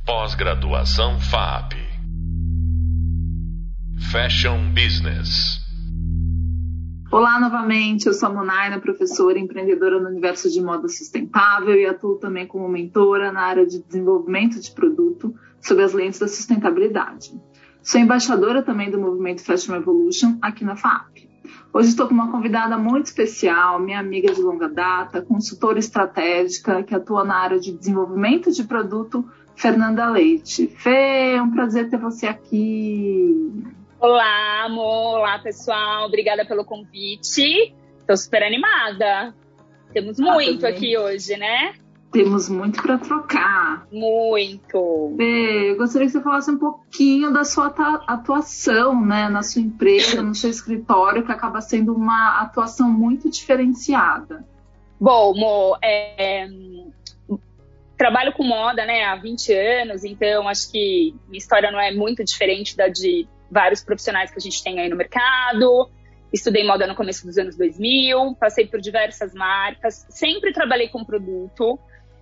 Pós-graduação FAP. Fashion Business. Olá novamente, eu sou a Monaina, professora e empreendedora no universo de moda sustentável e atuo também como mentora na área de desenvolvimento de produto sob as lentes da sustentabilidade. Sou embaixadora também do movimento Fashion Revolution aqui na FAP. Hoje estou com uma convidada muito especial, minha amiga de longa data, consultora estratégica que atua na área de desenvolvimento de produto, Fernanda Leite. Fê, é um prazer ter você aqui. Olá, amor. Olá, pessoal. Obrigada pelo convite. Estou super animada. Temos muito aqui hoje, né? Temos muito para trocar. Muito. Fê, eu gostaria que você falasse um pouquinho da sua atuação, né, na sua empresa, no seu escritório, que acaba sendo uma atuação muito diferenciada. Bom, amor, trabalho com moda, né, há 20 anos, então acho que minha história não é muito diferente da de vários profissionais que a gente tem aí no mercado. Estudei moda no começo dos anos 2000, passei por diversas marcas, sempre trabalhei com produto.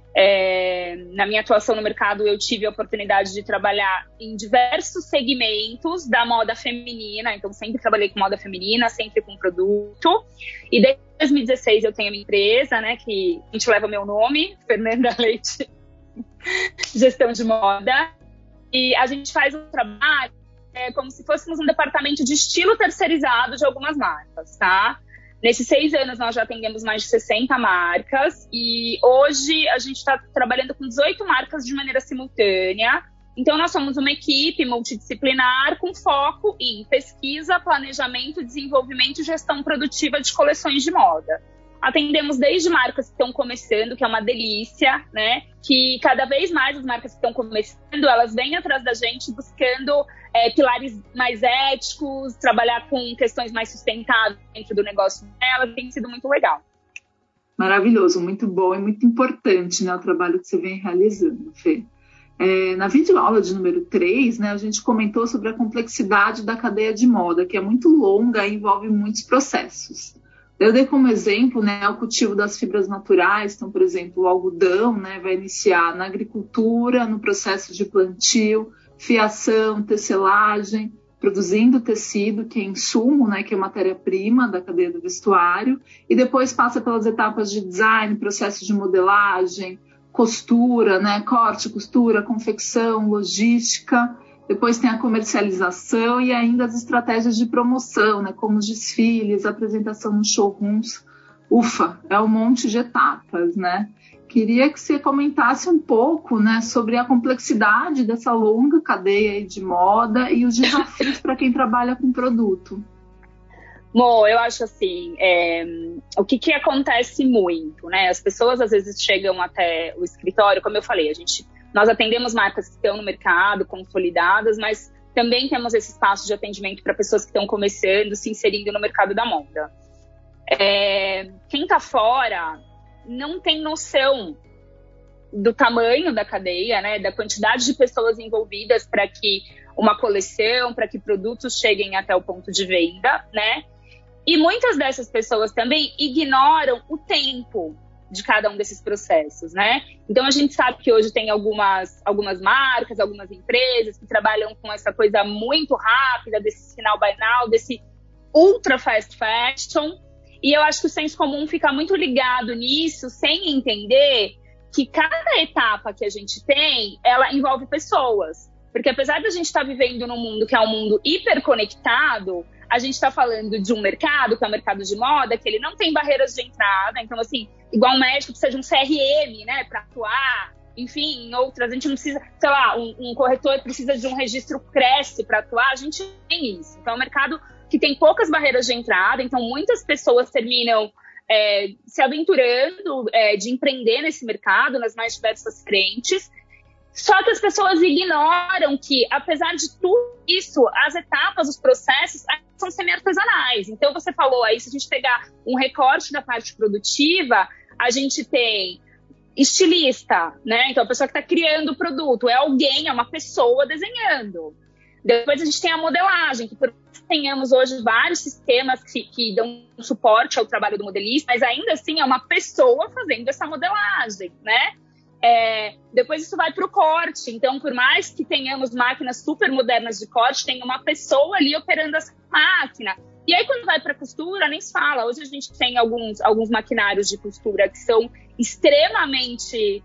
Na minha atuação no mercado, eu tive a oportunidade de trabalhar em diversos segmentos da moda feminina, então sempre trabalhei com moda feminina, sempre com produto. E desde 2016 eu tenho a minha empresa, né, que a gente leva meu nome, Fernanda Leite, Gestão de Moda. E a gente faz um trabalho como se fôssemos um departamento de estilo terceirizado de algumas marcas, tá? Nesses 6 anos, nós já atendemos mais de 60 marcas e hoje a gente está trabalhando com 18 marcas de maneira simultânea. Então, nós somos uma equipe multidisciplinar com foco em pesquisa, planejamento, desenvolvimento e gestão produtiva de coleções de moda. Atendemos desde marcas que estão começando, que é uma delícia, né? Que cada vez mais as marcas que estão começando, elas vêm atrás da gente buscando pilares mais éticos, trabalhar com questões mais sustentáveis dentro do negócio delas, tem sido muito legal. Maravilhoso, muito bom e muito importante, né, o trabalho que você vem realizando, Fê. Na videoaula de número 3, né, a gente comentou sobre a complexidade da cadeia de moda, que é muito longa e envolve muitos processos. Eu dei como exemplo, né, o cultivo das fibras naturais. Então, por exemplo, o algodão, né, vai iniciar na agricultura, no processo de plantio, fiação, tecelagem, produzindo tecido, que é insumo, né, que é matéria-prima da cadeia do vestuário, e depois passa pelas etapas de design, processo de modelagem, costura, né, corte, costura, confecção, logística. Depois tem a comercialização e ainda as estratégias de promoção, né, como os desfiles, apresentação nos showrooms. Ufa, é um monte de etapas, né? Queria que você comentasse um pouco, né, sobre a complexidade dessa longa cadeia de moda e os desafios para quem trabalha com produto. Bom, eu acho assim, o que acontece muito, né? As pessoas às vezes chegam até o escritório, como eu falei, nós atendemos marcas que estão no mercado, consolidadas, mas também temos esse espaço de atendimento para pessoas que estão começando, se inserindo no mercado da moda. Quem está fora não tem noção do tamanho da cadeia, né, da quantidade de pessoas envolvidas para que uma coleção, para que produtos cheguem até o ponto de venda, né? E muitas dessas pessoas também ignoram o tempo de cada um desses processos, né? Então, a gente sabe que hoje tem algumas marcas, algumas empresas que trabalham com essa coisa muito rápida, desse sinal by now, desse ultra fast fashion. E eu acho que o senso comum fica muito ligado nisso, sem entender que cada etapa que a gente tem, ela envolve pessoas. Porque apesar de a gente estar vivendo num mundo que é um mundo hiperconectado, a gente está falando de um mercado, que é o mercado de moda, que ele não tem barreiras de entrada. Então, assim, igual um médico precisa de um CRM, né, para atuar. Enfim, em outras, a gente não precisa, sei lá, um corretor precisa de um registro Cresce para atuar. A gente tem isso. Então, é um mercado que tem poucas barreiras de entrada. Então, muitas pessoas terminam se aventurando de empreender nesse mercado, nas mais diversas frentes. Só que as pessoas ignoram que, apesar de tudo isso, as etapas, os processos são semi-artesanais. Então, você falou aí, se a gente pegar um recorte da parte produtiva, a gente tem estilista, né? Então, a pessoa que está criando o produto é alguém, é uma pessoa desenhando. Depois a gente tem a modelagem, que por tenhamos hoje vários sistemas que dão suporte ao trabalho do modelista, mas ainda assim é uma pessoa fazendo essa modelagem, né? Depois isso vai para o corte. Então, por mais que tenhamos máquinas super modernas de corte, tem uma pessoa ali operando essa máquina. E aí, quando vai para a costura, nem se fala. Hoje a gente tem alguns maquinários de costura que são extremamente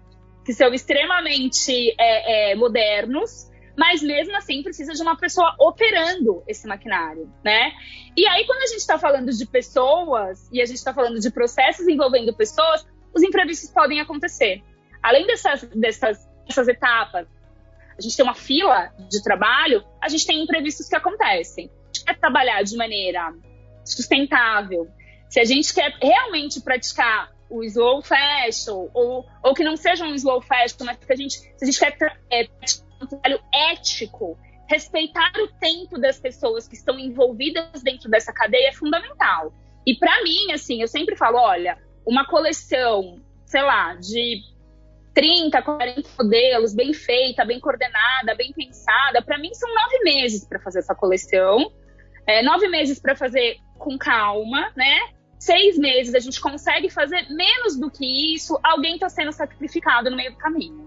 modernos, mas mesmo assim precisa de uma pessoa operando esse maquinário, né? E aí, quando a gente está falando de pessoas e a gente está falando de processos envolvendo pessoas, os imprevistos podem acontecer. Além dessas etapas, a gente tem uma fila de trabalho, a gente tem imprevistos que acontecem. Se a gente quer trabalhar de maneira sustentável, se a gente quer realmente praticar o slow fashion, ou que não seja um slow fashion, mas que se a gente quer praticar um trabalho ético, respeitar o tempo das pessoas que estão envolvidas dentro dessa cadeia é fundamental. E para mim, assim, eu sempre falo, olha, uma coleção, sei lá, de 30, 40 modelos, bem feita, bem coordenada, bem pensada, para mim são 9 meses para fazer essa coleção, 9 meses para fazer com calma, né? 6 meses a gente consegue fazer menos do que isso, alguém está sendo sacrificado no meio do caminho.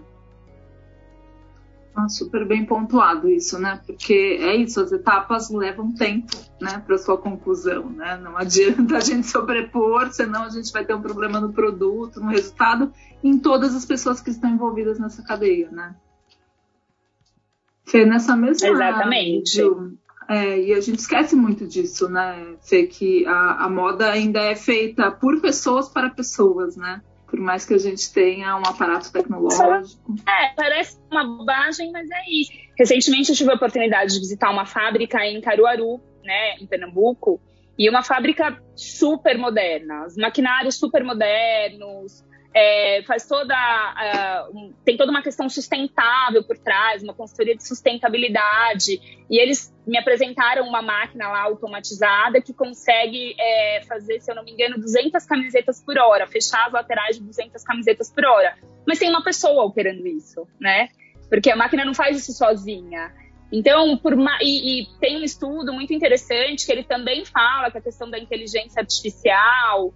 Super bem pontuado isso, né? Porque é isso, as etapas levam tempo, né, para sua conclusão, né? Não adianta a gente sobrepor, senão a gente vai ter um problema no produto, no resultado, em todas as pessoas que estão envolvidas nessa cadeia, né? Fê, nessa mesma... Exatamente. E a gente esquece muito disso, né, Fê, que a moda ainda é feita por pessoas para pessoas, né? Por mais que a gente tenha um aparato tecnológico. Parece uma bobagem, mas é isso. Recentemente eu tive a oportunidade de visitar uma fábrica em Caruaru, né, em Pernambuco, e uma fábrica super moderna, os maquinários super modernos, tem toda uma questão sustentável por trás, uma consultoria de sustentabilidade, e eles me apresentaram uma máquina lá automatizada que consegue fazer, se eu não me engano, 200 camisetas por hora, fechar as laterais de 200 camisetas por hora, mas tem uma pessoa operando isso, né? Porque a máquina não faz isso sozinha. Então, e tem um estudo muito interessante que ele também fala que a questão da inteligência artificial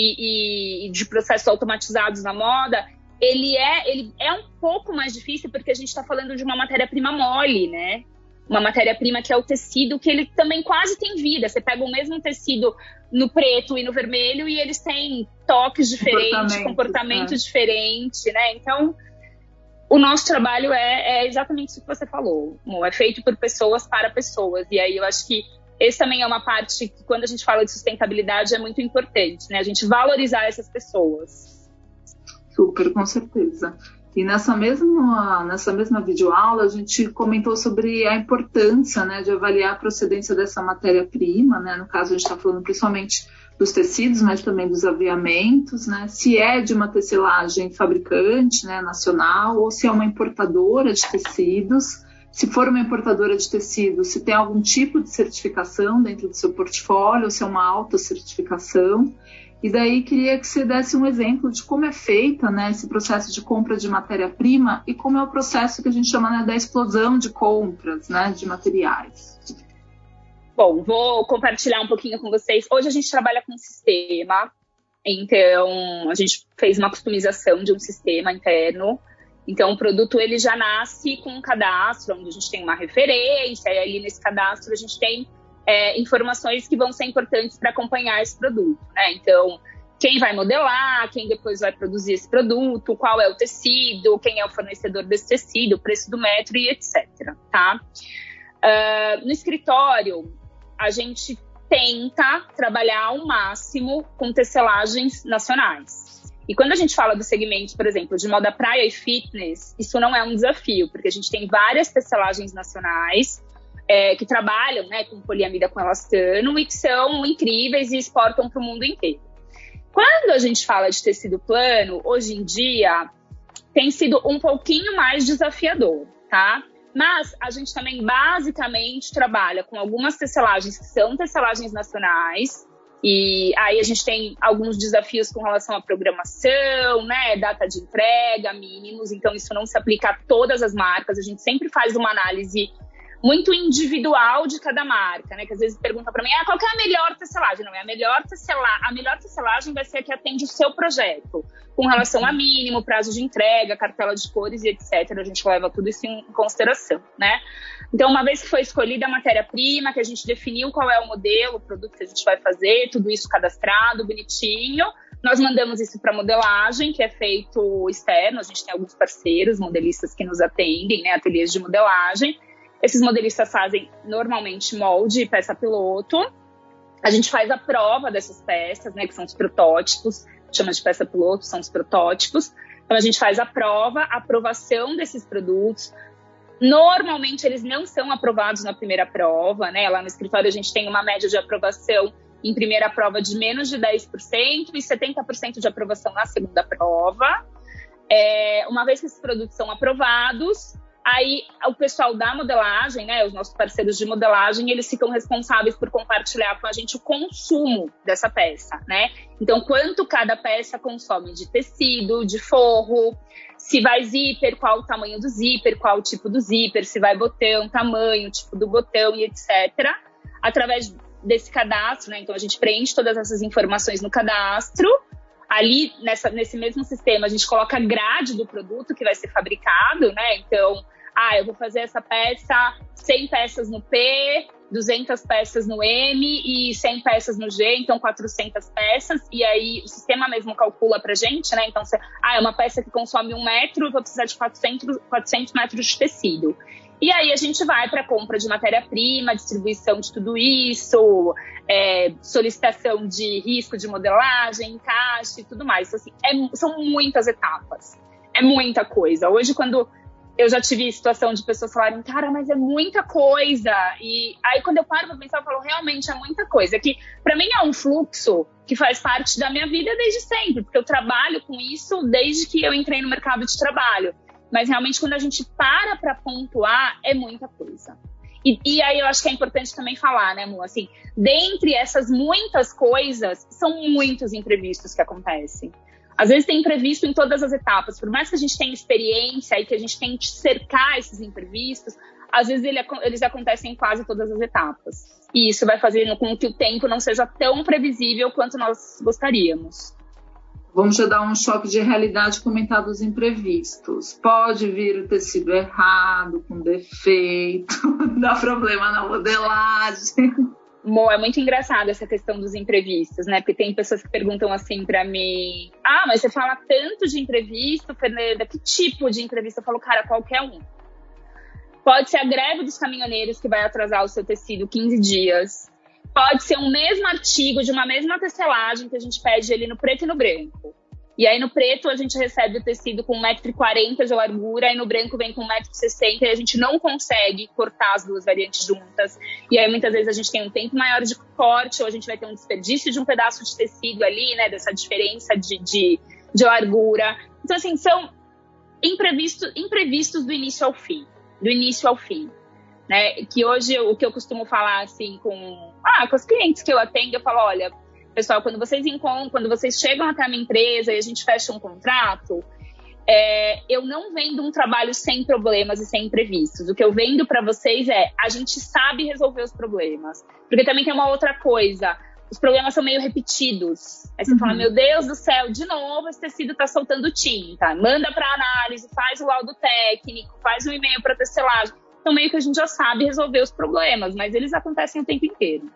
e de processos automatizados na moda, ele é um pouco mais difícil porque a gente está falando de uma matéria-prima mole, né? Uma matéria-prima que é o tecido, que ele também quase tem vida. Você pega o mesmo tecido no preto e no vermelho e eles têm toques diferentes, comportamento diferente, né? Então, o nosso trabalho é exatamente isso que você falou. É feito por pessoas para pessoas. E aí eu acho que esse também é uma parte que, quando a gente fala de sustentabilidade, é muito importante, né? A gente valorizar essas pessoas. Super, com certeza. E nessa mesma videoaula, a gente comentou sobre a importância, né, de avaliar a procedência dessa matéria-prima, né? No caso, a gente está falando principalmente dos tecidos, mas também dos aviamentos, né? Se é de uma tecelagem fabricante, né, nacional, ou se é uma importadora de tecidos. Se for uma importadora de tecido, se tem algum tipo de certificação dentro do seu portfólio, ou se é uma alta certificação. E daí queria que você desse um exemplo de como é feita, né, esse processo de compra de matéria-prima e como é o processo que a gente chama, né, da explosão de compras, né, de materiais. Bom, vou compartilhar um pouquinho com vocês. Hoje a gente trabalha com um sistema, então a gente fez uma customização de um sistema interno. Então, o produto ele já nasce com um cadastro, onde a gente tem uma referência, e ali nesse cadastro a gente tem informações que vão ser importantes para acompanhar esse produto, né? Então, quem vai modelar, quem depois vai produzir esse produto, qual é o tecido, quem é o fornecedor desse tecido, o preço do metro e etc, tá? No escritório, a gente tenta trabalhar ao máximo com tecelagens nacionais. E quando a gente fala do segmento, por exemplo, de moda praia e fitness, isso não é um desafio, porque a gente tem várias tecelagens nacionais que trabalham, né, com poliamida com elastano e que são incríveis e exportam para o mundo inteiro. Quando a gente fala de tecido plano, hoje em dia, tem sido um pouquinho mais desafiador, tá? Mas a gente também basicamente trabalha com algumas tecelagens que são tecelagens nacionais, e aí a gente tem alguns desafios com relação à programação, né, data de entrega, mínimos, então isso não se aplica a todas as marcas, a gente sempre faz uma análise muito individual de cada marca, né? Que às vezes perguntam para mim, qual que é a melhor tecelagem? Não, a melhor tecelagem vai ser a que atende o seu projeto, com relação a mínimo, prazo de entrega, cartela de cores e etc. A gente leva tudo isso em consideração, né? Então, uma vez que foi escolhida a matéria-prima, que a gente definiu qual é o modelo, o produto que a gente vai fazer, tudo isso cadastrado, bonitinho, nós mandamos isso para modelagem, que é feito externo. A gente tem alguns parceiros, modelistas que nos atendem, né? Ateliês de modelagem. Esses modelistas fazem normalmente molde e peça piloto. A gente faz a prova dessas peças, né, que são os protótipos, chama de peça piloto, são os protótipos. Então a gente faz a prova, a aprovação desses produtos. Normalmente eles não são aprovados na primeira prova, né? Lá no escritório a gente tem uma média de aprovação em primeira prova de menos de 10% e 70% de aprovação na segunda prova. Uma vez que esses produtos são aprovados, aí o pessoal da modelagem, né, os nossos parceiros de modelagem, eles ficam responsáveis por compartilhar com a gente o consumo dessa peça, né? Então, quanto cada peça consome de tecido, de forro, se vai zíper, qual o tamanho do zíper, qual o tipo do zíper, se vai botão, tamanho, tipo do botão e etc. Através desse cadastro, né? Então, a gente preenche todas essas informações no cadastro. Ali, nesse mesmo sistema, a gente coloca a grade do produto que vai ser fabricado, né? Então, eu vou fazer essa peça, 100 peças no P, 200 peças no M e 100 peças no G, então 400 peças. E aí, o sistema mesmo calcula pra gente, né? Então, é uma peça que consome 1 metro, eu vou precisar de 400 metros de tecido. E aí a gente vai para compra de matéria-prima, distribuição de tudo isso, solicitação de risco de modelagem, encaixe e tudo mais. Então, assim, são muitas etapas, é muita coisa. Hoje, quando eu já tive situação de pessoas falarem, cara, mas é muita coisa. E aí, quando eu paro para pensar, eu falo, realmente é muita coisa. Que para mim é um fluxo que faz parte da minha vida desde sempre, porque eu trabalho com isso desde que eu entrei no mercado de trabalho. Mas realmente, quando a gente para pontuar, é muita coisa. E aí eu acho que é importante também falar, né, Mu? Assim, dentre essas muitas coisas, são muitos imprevistos que acontecem. Às vezes tem imprevisto em todas as etapas. Por mais que a gente tenha experiência e que a gente tente cercar esses imprevistos, às vezes eles acontecem em quase todas as etapas. E isso vai fazer com que o tempo não seja tão previsível quanto nós gostaríamos. Vamos já dar um choque de realidade comentar dos imprevistos. Pode vir o tecido errado, com defeito, dá problema na modelagem. É muito engraçado essa questão dos imprevistos, né? Porque tem pessoas que perguntam assim pra mim, mas você fala tanto de imprevisto, Fernanda, que tipo de imprevisto? Eu falo, cara, qualquer um. Pode ser a greve dos caminhoneiros que vai atrasar o seu tecido 15 dias. Pode ser um mesmo artigo de uma mesma tecelagem que a gente pede ele no preto e no branco. E aí no preto a gente recebe o tecido com 1,40 m de largura e no branco vem com 1,60 m e a gente não consegue cortar as duas variantes juntas. E aí muitas vezes a gente tem um tempo maior de corte ou a gente vai ter um desperdício de um pedaço de tecido ali, né? Dessa diferença de largura. Então assim, são imprevistos do início ao fim. Do início ao fim. Né, que hoje o que eu costumo falar assim com os clientes que eu atendo, eu falo, olha, pessoal, quando vocês chegam até a minha empresa e a gente fecha um contrato, eu não vendo um trabalho sem problemas e sem imprevistos. O que eu vendo para vocês a gente sabe resolver os problemas. Porque também tem uma outra coisa, os problemas são meio repetidos. Aí você fala, meu Deus do céu, de novo esse tecido tá soltando tinta. Manda para análise, faz o laudo técnico, faz um e-mail para tecelagem. Então, meio que a gente já sabe resolver os problemas, mas eles acontecem o tempo inteiro.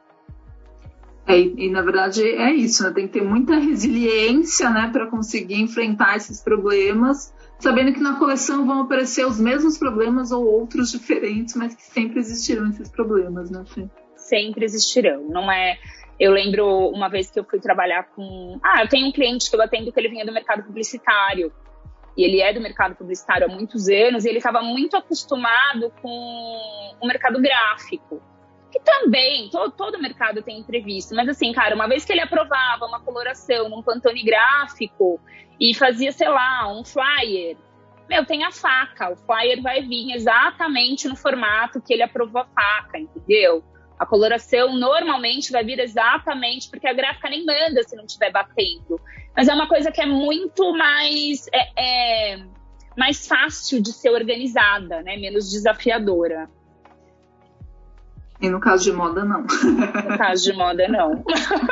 E na verdade, é isso, né? Tem que ter muita resiliência, né, para conseguir enfrentar esses problemas, sabendo que na coleção vão aparecer os mesmos problemas ou outros diferentes, mas que sempre existirão esses problemas, né, Fê? Sempre existirão, não é... Eu lembro uma vez que eu fui trabalhar com... eu tenho um cliente que eu atendo que ele vinha do mercado publicitário. E ele é do mercado publicitário há muitos anos, e ele estava muito acostumado com o mercado gráfico, que também, todo mercado tem imprevisto, mas assim, cara, uma vez que ele aprovava uma coloração num Pantone gráfico e fazia, sei lá, um flyer, tem a faca, o flyer vai vir exatamente no formato que ele aprovou a faca, entendeu? A coloração normalmente vai vir exatamente, porque a gráfica nem manda se não estiver batendo. Mas é uma coisa que é muito mais, mais fácil de ser organizada, né? Menos desafiadora. E no caso de moda, não. No caso de moda, não.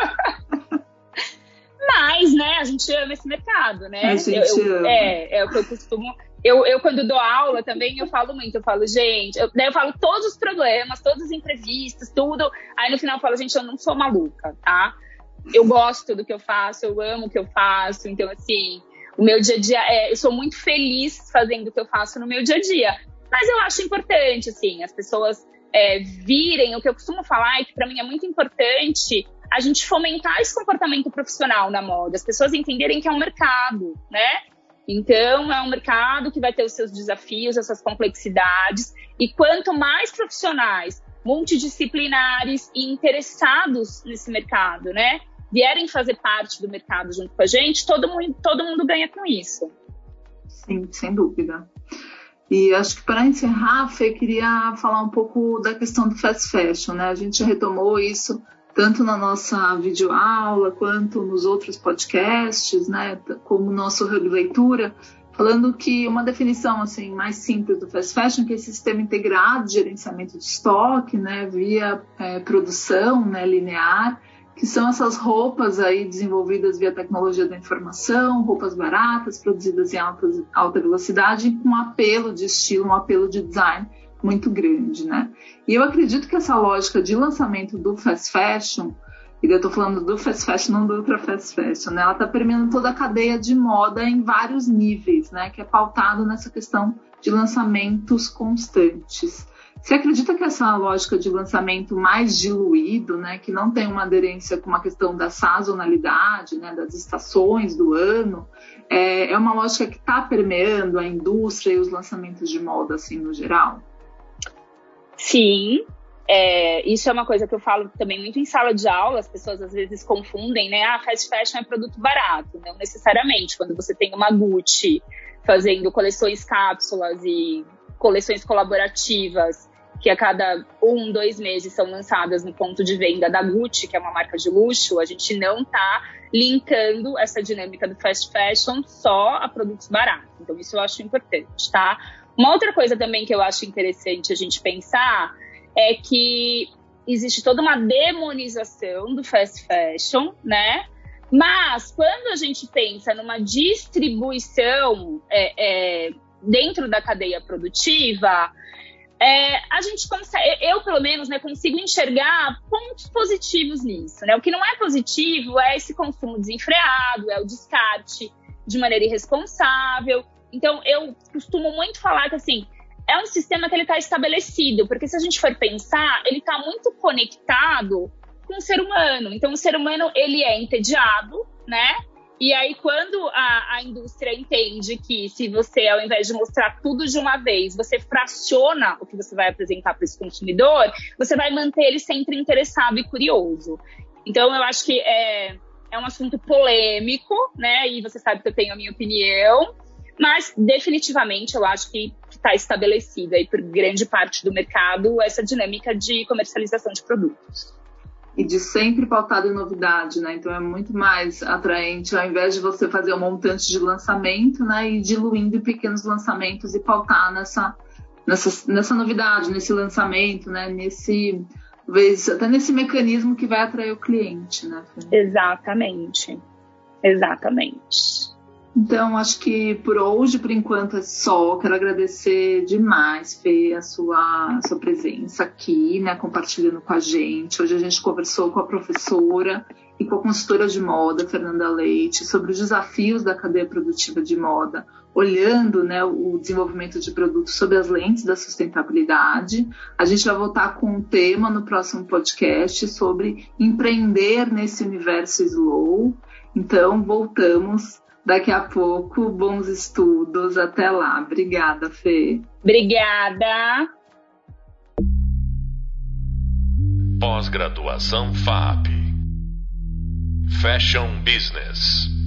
Mas, né, a gente ama esse mercado, né? A gente ama. É o que eu costumo... Eu, quando dou aula também, eu falo muito. Eu falo, gente... Daí eu falo todos os problemas, todas as entrevistas, tudo. Aí no final eu falo, gente, eu não sou maluca, tá? Eu gosto do que eu faço, eu amo o que eu faço. Então, assim, o meu dia a dia... eu sou muito feliz fazendo o que eu faço no meu dia a dia. Mas eu acho importante, assim, as pessoas virem... O que eu costumo falar é que pra mim é muito importante... a gente fomentar esse comportamento profissional na moda, as pessoas entenderem que é um mercado, né? Então, é um mercado que vai ter os seus desafios, as suas complexidades, e quanto mais profissionais, multidisciplinares e interessados nesse mercado, né? Vierem fazer parte do mercado junto com a gente, todo mundo ganha com isso. Sim, sem dúvida. E acho que para encerrar, Fê, queria falar um pouco da questão do fast fashion, né? A gente retomou isso tanto na nossa videoaula quanto nos outros podcasts, né, como o nosso Hub Leitura, falando que uma definição assim, mais simples do fast fashion, que é esse sistema integrado de gerenciamento de estoque, né, via produção, né, linear, que são essas roupas aí desenvolvidas via tecnologia da informação, roupas baratas, produzidas em alta velocidade, com um apelo de estilo, um apelo de design muito grande, né? E eu acredito que essa lógica de lançamento do fast fashion, e eu estou falando do fast fashion, não do ultra fast fashion, né? Ela está permeando toda a cadeia de moda em vários níveis, né? Que é pautado nessa questão de lançamentos constantes. Você acredita que essa lógica de lançamento mais diluído, né? Que não tem uma aderência com uma questão da sazonalidade, né? Das estações do ano, é uma lógica que está permeando a indústria e os lançamentos de moda, assim, no geral? Sim, isso é uma coisa que eu falo também muito em sala de aula, as pessoas às vezes confundem, né? Fast fashion é produto barato, não necessariamente. Quando você tem uma Gucci fazendo coleções cápsulas e coleções colaborativas, que a cada 1-2 meses são lançadas no ponto de venda da Gucci, que é uma marca de luxo, a gente não está linkando essa dinâmica do fast fashion só a produtos baratos. Então isso eu acho importante, tá? Uma outra coisa também que eu acho interessante a gente pensar é que existe toda uma demonização do fast fashion, né? Mas quando a gente pensa numa distribuição dentro da cadeia produtiva, a gente consegue, eu pelo menos, né, consigo enxergar pontos positivos nisso, né? O que não é positivo é esse consumo desenfreado, é o descarte de maneira irresponsável. Então, eu costumo muito falar que, assim, é um sistema que ele está estabelecido, porque se a gente for pensar, ele está muito conectado com o ser humano. Então, o ser humano, ele é entediado, né? E aí, quando a indústria entende que se você, ao invés de mostrar tudo de uma vez, você fraciona o que você vai apresentar para esse consumidor, você vai manter ele sempre interessado e curioso. Então, eu acho que é um assunto polêmico, né? E você sabe que eu tenho a minha opinião, mas definitivamente eu acho que está estabelecida aí por grande parte do mercado essa dinâmica de comercialização de produtos. E de sempre pautado em novidade, né? Então é muito mais atraente, ao invés de você fazer um montante de lançamento, né? E diluindo em pequenos lançamentos e pautar nessa novidade, nesse lançamento, né? Até nesse mecanismo que vai atrair o cliente, né? Exatamente. Então, acho que por hoje, por enquanto, é só. Quero agradecer demais, Fê, a sua presença aqui, né, compartilhando com a gente. Hoje a gente conversou com a professora e com a consultora de moda, Fernanda Leite, sobre os desafios da cadeia produtiva de moda, olhando, né, o desenvolvimento de produtos sob as lentes da sustentabilidade. A gente vai voltar com um tema no próximo podcast sobre empreender nesse universo slow. Então, voltamos daqui a pouco. Bons estudos. Até lá. Obrigada, Fê. Obrigada. Pós-graduação FAP. Fashion Business.